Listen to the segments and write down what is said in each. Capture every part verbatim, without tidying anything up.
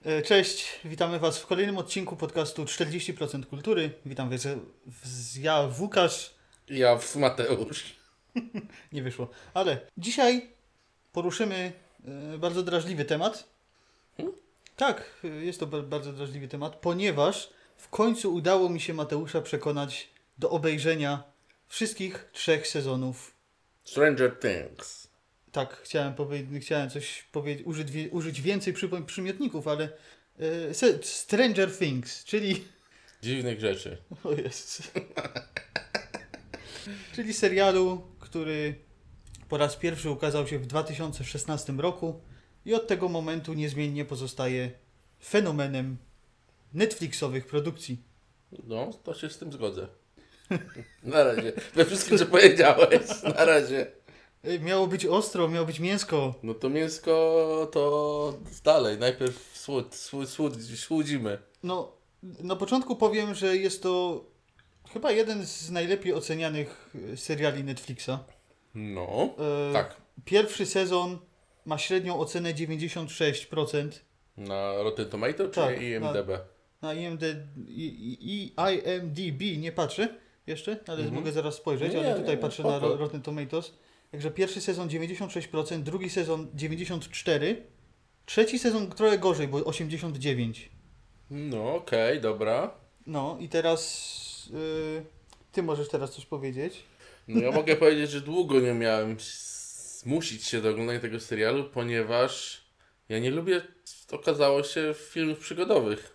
Cześć, witamy Was w kolejnym odcinku podcastu czterdzieści procent kultury. Witam Was, ja Łukasz. Ja Mateusz. Nie wyszło, ale dzisiaj poruszymy bardzo drażliwy temat. Hmm? Tak, jest to bardzo drażliwy temat, ponieważ w końcu udało mi się Mateusza przekonać do obejrzenia wszystkich trzech sezonów Stranger Things. Tak, chciałem powiedzieć, chciałem coś powiedzieć, użyć, użyć więcej przy, przymiotników, ale e, Stranger Things, czyli... Dziwnych rzeczy. O jest. Czyli serialu, który po raz pierwszy ukazał się w dwa tysiące szesnastym roku i od tego momentu niezmiennie pozostaje fenomenem Netflixowych produkcji. No, to się z tym zgodzę. Na razie. We wszystkim, co powiedziałeś. Na razie. Miało być ostro, miało być mięsko. No to mięsko to dalej. Najpierw słod, słod, słod, słodzimy. No, na początku powiem, że jest to chyba jeden z najlepiej ocenianych seriali Netflixa. No, e, tak. Pierwszy sezon ma średnią ocenę dziewięćdziesiąt sześć procent. Na Rotten Tomato czy tak, I M D B? Na, na I M D, I, I M D B nie patrzę jeszcze, ale mm-hmm. mogę zaraz spojrzeć, nie, ale tutaj nie, patrzę nie, na Rotten Tomatoes. Także pierwszy sezon dziewięćdziesiąt sześć procent, drugi sezon dziewięćdziesiąt cztery procent, trzeci sezon trochę gorzej, bo osiemdziesiąt dziewięć procent. No okej, okay, dobra. No i teraz yy, ty możesz teraz coś powiedzieć. No ja mogę powiedzieć, że długo nie miałem zmusić się do oglądania tego serialu, ponieważ ja nie lubię, okazało się, filmów przygodowych.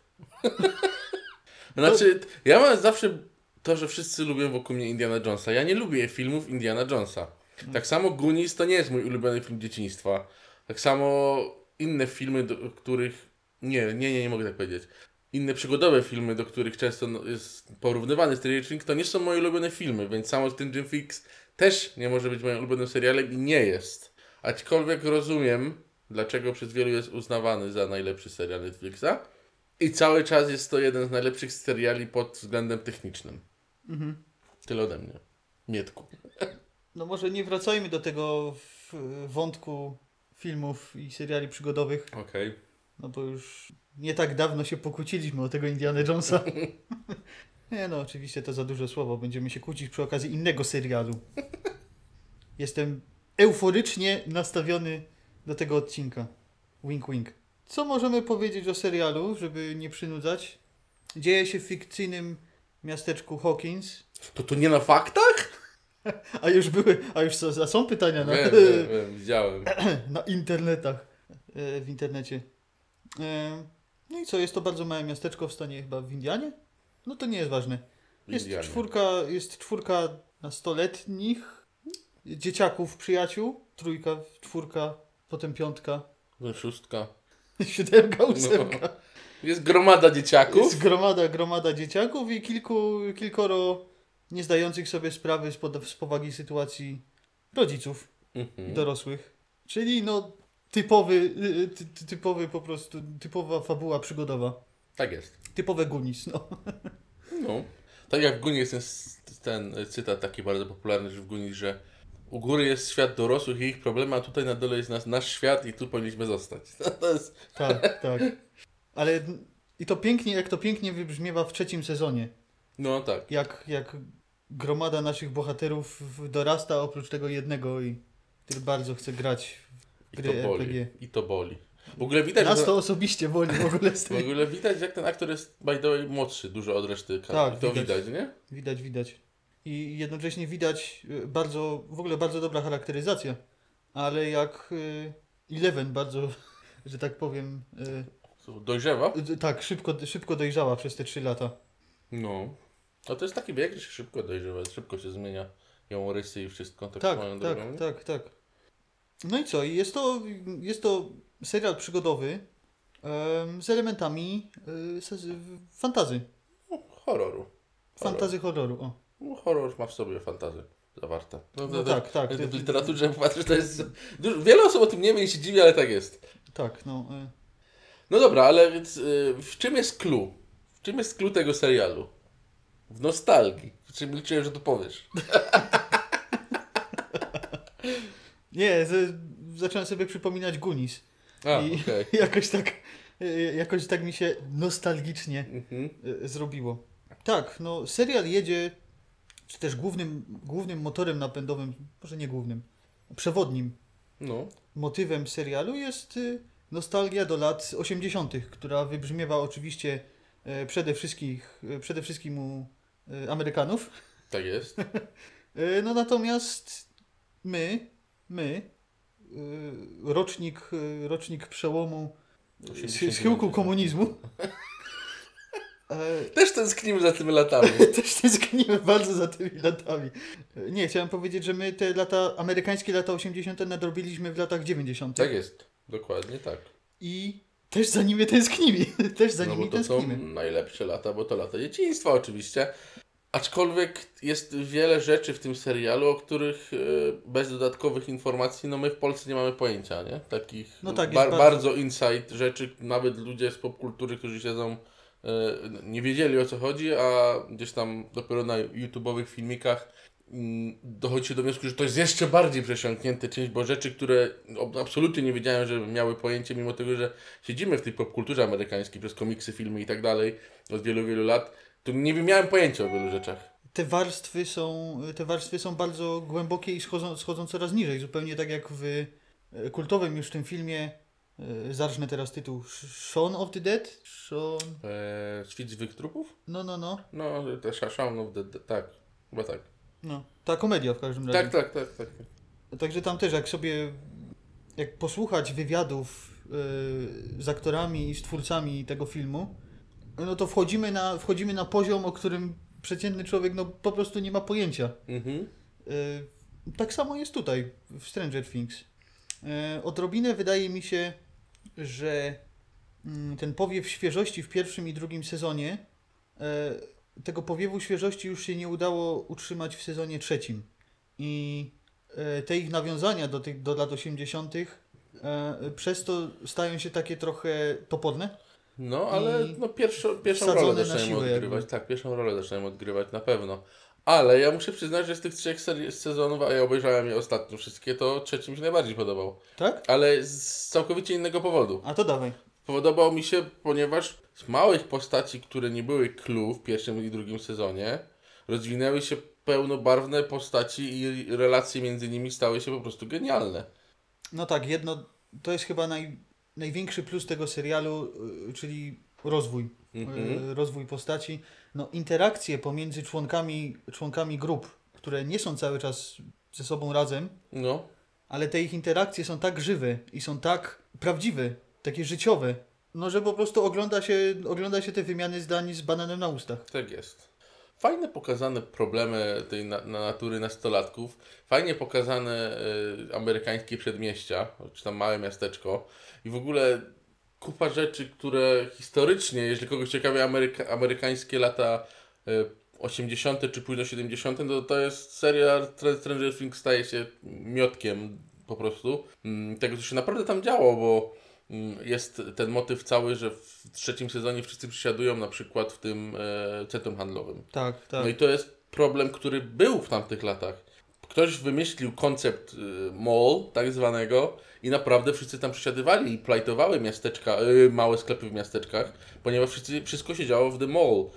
Znaczy, ja mam zawsze to, że wszyscy lubią wokół mnie Indiana Jonesa. Ja nie lubię filmów Indiana Jonesa. Tak samo Goonies to nie jest mój ulubiony film dzieciństwa. Tak samo inne filmy, do których... Nie, nie, nie, nie mogę tak powiedzieć. Inne przygodowe filmy, do których często jest porównywany Stranger Things, to nie są moje ulubione filmy, więc samo Stranger Things też nie może być moim ulubionym serialem i nie jest. Aczkolwiek rozumiem, dlaczego przez wielu jest uznawany za najlepszy serial Netflixa i cały czas jest to jeden z najlepszych seriali pod względem technicznym. Mhm. Tyle ode mnie. Mietku. No może nie wracajmy do tego wątku filmów i seriali przygodowych. Okej. Okay. No bo już nie tak dawno się pokłóciliśmy o tego Indiana Jonesa. Nie no, oczywiście to za duże słowo. Będziemy się kłócić przy okazji innego serialu. Jestem euforycznie nastawiony do tego odcinka. Wink, wink. Co możemy powiedzieć o serialu, żeby nie przynudzać? Dzieje się w fikcyjnym miasteczku Hawkins. To to nie na faktach? A już były, a już są, a są pytania na, wiem, wiem, wiem, widziałem. na internetach, w internecie. No i co, jest to bardzo małe miasteczko w stanie chyba w Indianie? No to nie jest ważne. Jest Indianie. czwórka, jest czwórka nastoletnich dzieciaków, przyjaciół, trójka, czwórka, potem piątka. No, szóstka. Siódemka, ósemka. No. Jest gromada dzieciaków. Jest gromada, gromada dzieciaków i kilku, kilkoro niezdających sobie sprawy z, pod, z powagi sytuacji rodziców mhm. dorosłych. Czyli no typowy, ty, typowy po prostu, typowa fabuła przygodowa. Tak jest. Typowe Goonies, no. No. Tak jak w Goonies jest ten, ten cytat taki bardzo popularny, że w Goonies, że u góry jest świat dorosłych i ich problemy, a tutaj na dole jest nas, nasz świat i tu powinniśmy zostać. To jest... Tak, tak. Ale i to pięknie, jak to pięknie wybrzmiewa w trzecim sezonie. No tak. Jak, jak gromada naszych bohaterów dorasta oprócz tego jednego i który bardzo chce grać w gry I to boli. R P G. I to boli. W ogóle widać, Nas że... to osobiście boli w ogóle z tej... W ogóle widać, jak ten aktor jest by the way młodszy dużo od reszty. Tak, I to widać, widać, nie? Widać, widać. I jednocześnie widać bardzo, w ogóle bardzo dobra charakteryzacja. Ale jak Eleven bardzo, że tak powiem... Dojrzewa? Tak, szybko, szybko dojrzała przez te trzy lata. No. A to jest taki wiek, że się szybko dojrzewa, szybko się zmienia ją rysy i wszystko. Tak, tak, tak, drogą, tak, tak. No i co? Jest to, jest to serial przygodowy um, z elementami um, fantazy. No, horroru. Fantazy horroru, o. No, horror ma w sobie fantazy zawarte. No, no to, tak, tak. W literaturze patrzę, to jest... Dużo, wiele osób o tym nie wie i się dziwi, ale tak jest. Tak, no... Y... No dobra, ale więc y, w czym jest clue? W czym jest clue tego serialu? W nostalgii. Czy liczyłem, że tu powiesz? Nie, z, zacząłem sobie przypominać Goonies. A, I okay. jakoś tak y, jakoś tak mi się nostalgicznie Mhm. y, zrobiło. Tak, no serial jedzie, czy też głównym, głównym motorem napędowym, może nie głównym, przewodnim No. motywem serialu jest y, nostalgia do lat osiemdziesiątych, która wybrzmiewa oczywiście e, przede wszystkim, e, przede wszystkim u e, Amerykanów. Tak jest. E, no natomiast my, my, e, rocznik, e, rocznik przełomu z schyłku komunizmu, e, Też tęsknimy za tymi latami. też tęsknimy bardzo za tymi latami. E, Nie, chciałem powiedzieć, że my te lata, amerykańskie lata osiemdziesiąte nadrobiliśmy w latach dziewięćdziesiątych. Tak jest. Dokładnie tak. I też za nimi tęsknimy. Też za No nimi bo to tęsknimy. są najlepsze lata, bo to lata dzieciństwa oczywiście. Aczkolwiek jest wiele rzeczy w tym serialu, o których e, bez dodatkowych informacji, no my w Polsce nie mamy pojęcia, nie? Takich No tak, jest bar- bardzo- bardzo insight rzeczy, nawet ludzie z popkultury, którzy siedzą, e, nie wiedzieli o co chodzi, a gdzieś tam dopiero na YouTube'owych filmikach mm, dochodzi się do wniosku, że to jest jeszcze bardziej przesiąknięte czymś, bo rzeczy, które ob- absolutnie nie wiedziałem, że miały pojęcie, mimo tego, że siedzimy w tej popkulturze amerykańskiej przez komiksy, filmy i tak dalej od wielu, wielu lat, to nie miałem pojęcia o wielu rzeczach. Te warstwy są, te warstwy są bardzo głębokie i schodzą, schodzą coraz niżej. Zupełnie tak jak w e, kultowym już tym filmie, e, zarżnę teraz tytuł, Shaun of the Dead? Shaun... Eee, Świt złych trupów? No, no, no. No, te Shaun of the Dead, tak, chyba tak. no. Ta komedia w każdym razie. Tak, tak, tak, tak. Także tam też jak sobie, jak posłuchać wywiadów e, z aktorami i z twórcami tego filmu, no to wchodzimy na, wchodzimy na poziom, o którym przeciętny człowiek no po prostu nie ma pojęcia. Mhm. E, tak samo jest tutaj w Stranger Things. E, odrobinę wydaje mi się, że mm, ten powiew świeżości w pierwszym i drugim sezonie, e, tego powiewu świeżości już się nie udało utrzymać w sezonie trzecim. I e, te ich nawiązania do, tych, do lat osiemdziesiątych e, przez to stają się takie trochę toporne. No, ale I no, pierwszą, pierwszą wsadzone rolę na zaczynamy siłę odgrywać. jakby. Tak, pierwszą rolę zaczynamy odgrywać, na pewno. Ale ja muszę przyznać, że z tych trzech seri- sezonów, a ja obejrzałem je ostatnio wszystkie, to trzeci mi się najbardziej podobał. Tak? Ale z całkowicie innego powodu. A to dawaj. Podobał mi się, ponieważ z małych postaci, które nie były clue w pierwszym i drugim sezonie, rozwinęły się pełnobarwne postaci i relacje między nimi stały się po prostu genialne. No tak, jedno, to jest chyba naj, największy plus tego serialu, y, czyli rozwój. Mhm. Y, rozwój postaci. No interakcje pomiędzy członkami, członkami grup, które nie są cały czas ze sobą razem, No, ale te ich interakcje są tak żywe i są tak prawdziwe, takie życiowe, no że po prostu ogląda się, ogląda się te wymiany zdań z bananem na ustach. tak jest. Fajnie pokazane problemy tej na, na natury nastolatków. Fajnie pokazane y, amerykańskie przedmieścia, czy tam małe miasteczko. I w ogóle kupa rzeczy, które historycznie, jeżeli kogoś ciekawi Ameryka, amerykańskie lata y, osiemdziesiąte czy późno siedemdziesiąte, to to jest serial Str- Stranger Things staje się miotkiem po prostu. Mm, tego, co się naprawdę tam działo, bo mm, jest ten motyw cały, że w trzecim sezonie wszyscy przysiadują na przykład w tym e, centrum handlowym. Tak, tak. No i to jest problem, który był w tamtych latach. Ktoś wymyślił koncept y, mall, tak zwanego, i naprawdę wszyscy tam przysiadywali i plajtowały miasteczka, y, małe sklepy w miasteczkach, ponieważ wszyscy, wszystko się działo w The Mall.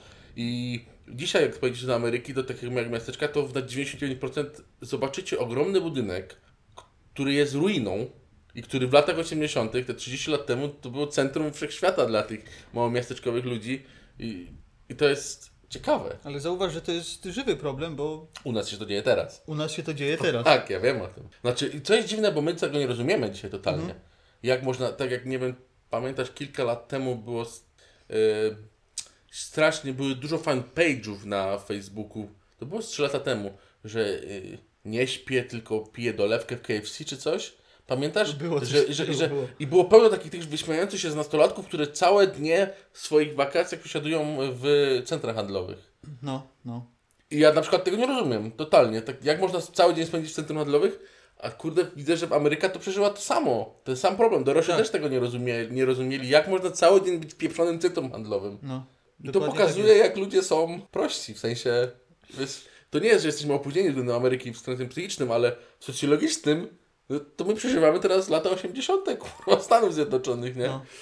I dzisiaj, jak pojedziecie do Ameryki, do takiego małego miasteczka, to na dziewięćdziesiąt dziewięć procent zobaczycie ogromny budynek, który jest ruiną i który w latach osiemdziesiątych, te trzydzieści lat temu, to było centrum wszechświata dla tych małomiasteczkowych ludzi. I, i to jest ciekawe. Ale zauważ, że to jest żywy problem, bo U nas się to dzieje teraz. u nas się to dzieje teraz. Tak, ja wiem o tym. Znaczy, i co jest dziwne, bo my tego nie rozumiemy dzisiaj totalnie. Mhm. Jak można, tak jak nie wiem, pamiętasz, kilka lat temu było yy, strasznie, były dużo fanpage'ów na Facebooku. To było z trzy lata temu, że yy, nie śpię, tylko piję dolewkę w K F C czy coś. Pamiętasz? Było coś że, że, takiego, że, było. I było pełno takich tych wyśmiających się z nastolatków, które całe dnie w swoich wakacjach posiadują w centrach handlowych. No, no. I ja na przykład tego nie rozumiem, totalnie. Tak, jak można cały dzień spędzić w centrum handlowych, a kurde, widzę, że Ameryka to przeżyła to samo. Ten sam problem. Dorośli Tak. też tego nie, rozumie, nie rozumieli. Jak można cały dzień być w pieprzonym centrum handlowym? no. I to Dokładnie pokazuje, tak jak ludzie są prości. W sensie, wiesz, to nie jest, że jesteśmy opóźnieni względem Ameryki w względem psychicznym, ale socjologicznym, no, to my przeżywamy teraz lata osiemdziesiąte kurwa, Stanów Zjednoczonych, nie? No.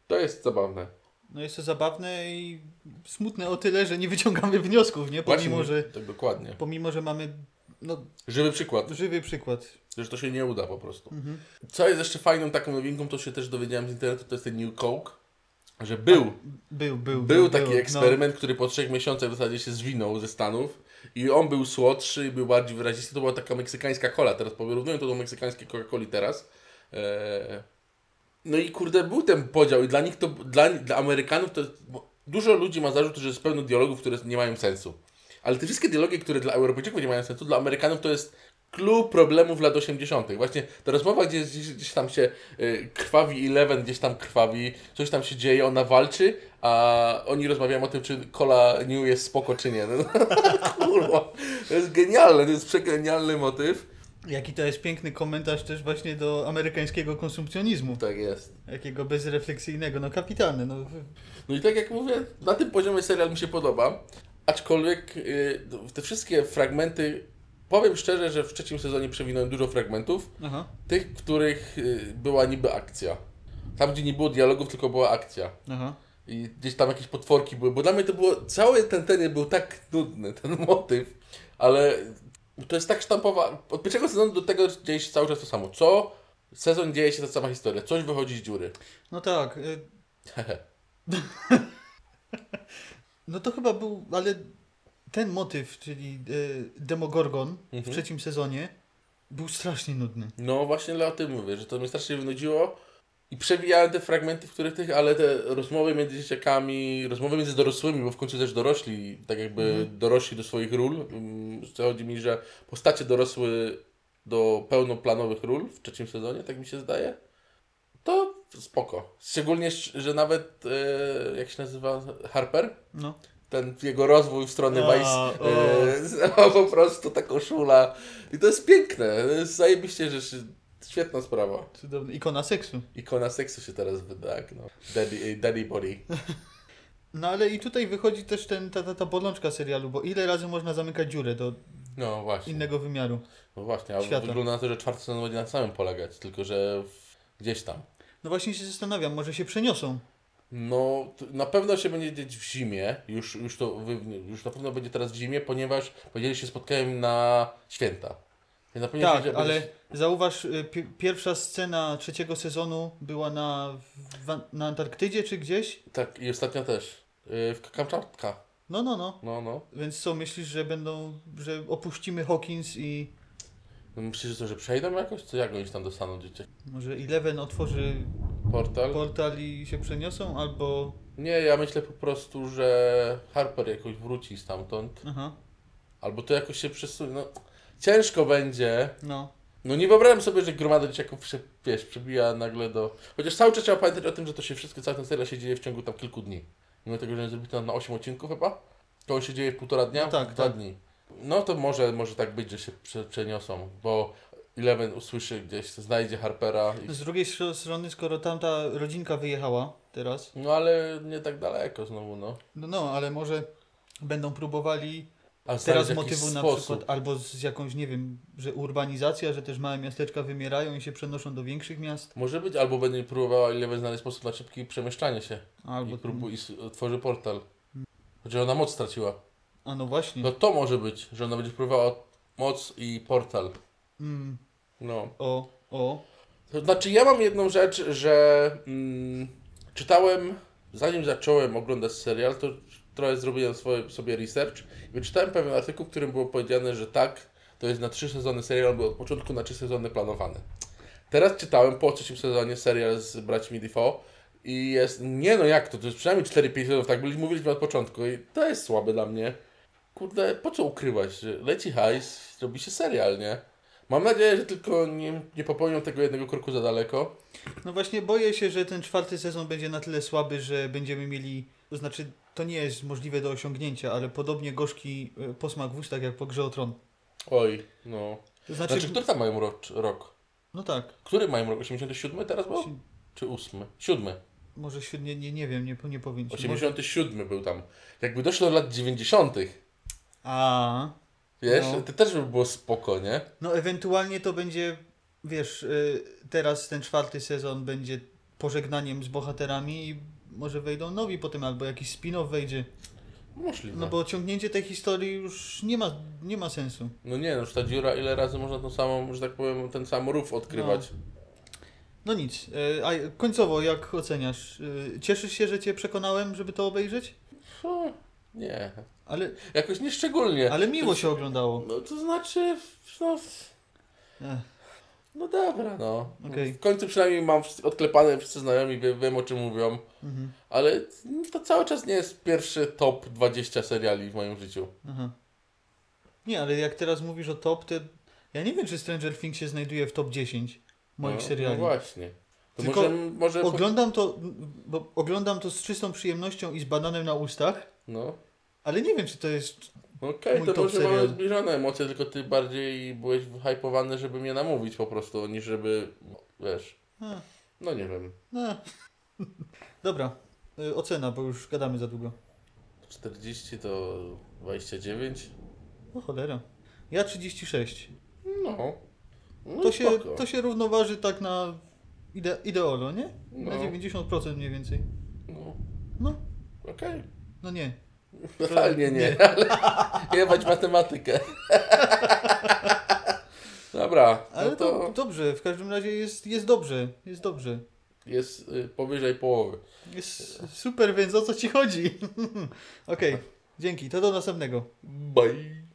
To jest zabawne. No jest to zabawne i smutne o tyle, że nie wyciągamy wniosków, nie? Pomimo, Właśnie, że, tak dokładnie. pomimo, że mamy no, Żywy przykład. żywy przykład. Że to się nie uda po prostu. Mhm. Co jest jeszcze fajną taką nowinką, to się też dowiedziałem z internetu, to jest ten New Coke. Że był, A, był, był, był był taki był, eksperyment, no. który po trzech miesiącach w zasadzie się zwinął ze Stanów i on był słodszy i był bardziej wyrazisty. To była taka meksykańska cola. Teraz porównuję to do meksykańskiej Coca-Coli teraz. Eee... No i kurde, był ten podział i dla nich to, dla, dla Amerykanów to dużo ludzi ma zarzut, że jest pełno dialogów, które nie mają sensu. Ale te wszystkie dialogi, które dla Europejczyków nie mają sensu, dla Amerykanów to jest clue problemów lat osiemdziesiątych. Właśnie ta rozmowa, gdzie gdzieś, gdzieś tam się y, krwawi Eleven, gdzieś tam krwawi, coś tam się dzieje, ona walczy, a oni rozmawiają o tym, czy Cola New jest spoko, czy nie. No, kurwa, to jest genialne, to jest przegenialny motyw. Jaki to jest piękny komentarz też właśnie do amerykańskiego konsumpcjonizmu. Tak jest. Jakiego bezrefleksyjnego, no kapitalne. No. No i tak jak mówię, na tym poziomie serial mi się podoba, aczkolwiek yy, te wszystkie fragmenty, powiem szczerze, że w trzecim sezonie przewinąłem dużo fragmentów, Aha. tych, w których yy, była niby akcja. Tam, gdzie nie było dialogów, tylko była akcja. Aha. I gdzieś tam jakieś potworki były, bo dla mnie to było, cały ten ten był tak nudny, ten motyw, ale to jest tak sztampowa, od pierwszego sezonu do tego dzieje się cały czas to samo. Co sezon dzieje się ta sama historia, coś wychodzi z dziury. No tak. Y... no to chyba był, ale ten motyw, czyli y, Demogorgon mhm. w trzecim sezonie był strasznie nudny. No właśnie o tym mówię, że to mnie strasznie wynudziło i przewijałem te fragmenty, w których tych, ale te rozmowy między dzieciakami, rozmowy między dorosłymi, bo w końcu też dorośli, tak jakby mhm. dorośli do swoich ról. Chodzi mi, że postacie dorosły do pełnoplanowych ról w trzecim sezonie, tak mi się zdaje. To spoko. Szczególnie, że nawet, e, jak się nazywa, Harper? No. Ten jego rozwój w stronę A, Vice, e, po prostu ta koszula. I to jest piękne. To jest zajebiście, że się, świetna sprawa. Cudowny. Ikona seksu. Ikona seksu się teraz wyda, tak, no. Daddy, daddy body. No ale i tutaj wychodzi też ten, ta, ta, ta bolączka serialu, bo ile razy można zamykać dziurę do no, właśnie. innego wymiaru. No właśnie, a świata. Wygląda na to, że czwarty sezon będzie na samym polegać, tylko że w, gdzieś tam. No właśnie się zastanawiam, może się przeniosą. No, na pewno się będzie dziać w zimie, już, już to już na pewno będzie teraz w zimie, ponieważ powiedzieli się spotkają na święta. Ja tak, się, ale będzie... zauważ, pi- pierwsza scena trzeciego sezonu była na, w, na Antarktydzie czy gdzieś? Tak, i ostatnia też. Yy, w Kamczatka. No, no, no. No, no. Więc co, myślisz, że będą, że opuścimy Hawkins i... No, myślisz, że, to, że przejdą jakoś? Co jak oni tam dostaną dzieciaki? Może Eleven otworzy portal? portal i się przeniosą, albo... Nie, ja myślę po prostu, że Harper jakoś wróci stamtąd. Aha. Albo to jakoś się przesunie. No, ciężko będzie. No. No nie wyobrażam sobie, że gromada dzieciaków prze, wiesz, przebija nagle do... Chociaż cały czas trzeba pamiętać o tym, że to się wszystko, cały ten serial się dzieje w ciągu tam kilku dni. Mimo tego, że jest zrobiony na osiem odcinków chyba. To on się dzieje w półtora dnia, no tak, dwa tak. dni. No to może, może tak być, że się prze, przeniosą, bo Eleven usłyszy gdzieś, znajdzie Harpera. I... Z drugiej strony, skoro tamta rodzinka wyjechała teraz... No ale nie tak daleko znowu, no. No, no, ale może będą próbowali A teraz z motywu na sposób. przykład, albo z jakąś, nie wiem, że urbanizacja, że też małe miasteczka wymierają i się przenoszą do większych miast. Może być, albo będzie próbowała Eleven znaleźć sposób na szybkie przemieszczanie się. Albo I, próbu- i tworzy portal. Chociaż ona moc straciła. A no właśnie. No to może być, że ona będzie próbowała moc i portal. Mm. No. O, o. To znaczy ja mam jedną rzecz, że mm, czytałem, zanim zacząłem oglądać serial, to trochę zrobiłem swoje, sobie research i wyczytałem pewien artykuł, w którym było powiedziane, że tak, to jest na trzy sezony serial, był od początku na trzy sezony planowany. Teraz czytałem po trzecim sezonie serial z braćmi Defoe i jest, nie no jak to, to jest przynajmniej cztery pięć sezonów, tak byliśmy, mówiliśmy od początku i to jest słabe dla mnie. Kurde, po co ukrywać, że leci hajs, robi się serial, nie? Mam nadzieję, że tylko nie, nie popełnią tego jednego kroku za daleko. No właśnie boję się, że ten czwarty sezon będzie na tyle słaby, że będziemy mieli, to znaczy to nie jest możliwe do osiągnięcia, ale podobnie gorzki y, posmak w ustach jak po Grze o Tron. Oj, no. To znaczy, Znaczy, który tam mają rok? rok? No tak. Który mają rok? osiemdziesiąty siódmy teraz był? Si- Czy ósmy? Siódmy. Może świetnie, nie, nie wiem, nie, nie powiem ci. osiemdziesiąty siódmy był tam. Jakby doszło do lat dziewięćdziesiątych. A. Wiesz, No. to też by było spoko, nie? No ewentualnie to będzie, wiesz, y, teraz ten czwarty sezon będzie pożegnaniem z bohaterami i może wejdą nowi potem, albo jakiś spin-off wejdzie. Możliwe. No bo ciągnięcie tej historii już nie ma, nie ma sensu. No nie, no już ta dziura, ile razy można tą samą, że tak powiem, ten sam rów odkrywać. No, no nic. E, a końcowo, jak oceniasz? E, cieszysz się, że cię przekonałem, żeby to obejrzeć? No, nie. Ale, Jakoś nieszczególnie. ale miło to, się oglądało. No to znaczy, no, Ech, no dobra, no. Okej. W końcu przynajmniej mam wszyscy- odklepane, wszyscy znajomi, wie, wiem o czym mówią. mhm, Ale to cały czas nie jest pierwszy top dwadzieścia seriali w moim życiu. aha. Nie, ale jak teraz mówisz o top, to ja nie wiem, czy Stranger Things się znajduje w top dziesięć moich no, seriali. No właśnie. To Tylko może, może po- Oglądam to, bo oglądam to z czystą przyjemnością i z bananem na ustach, No. ale nie wiem, czy to jest... Okej, Mój to top może serial. mamy zbliżone emocje, tylko ty bardziej byłeś hypowany, żeby mnie namówić po prostu, niż żeby, wiesz, A, no nie wiem, no. Dobra, y, ocena, bo już gadamy za długo. czterdzieści to dwadzieścia dziewięć? O cholera. Ja trzydzieści sześć. No. No To i się, spoko. to się równoważy tak na ide, ideolo, nie? No. Na dziewięćdziesiąt procent mniej więcej. No, No, okej. no nie. Totalnie nie, Nie. ale jebać matematykę. Dobra, Ale no to to dobrze, w każdym razie jest, jest dobrze, jest dobrze. jest y, powyżej połowy. Jest super, więc o co ci chodzi? Okej, dzięki, to do następnego. Bye.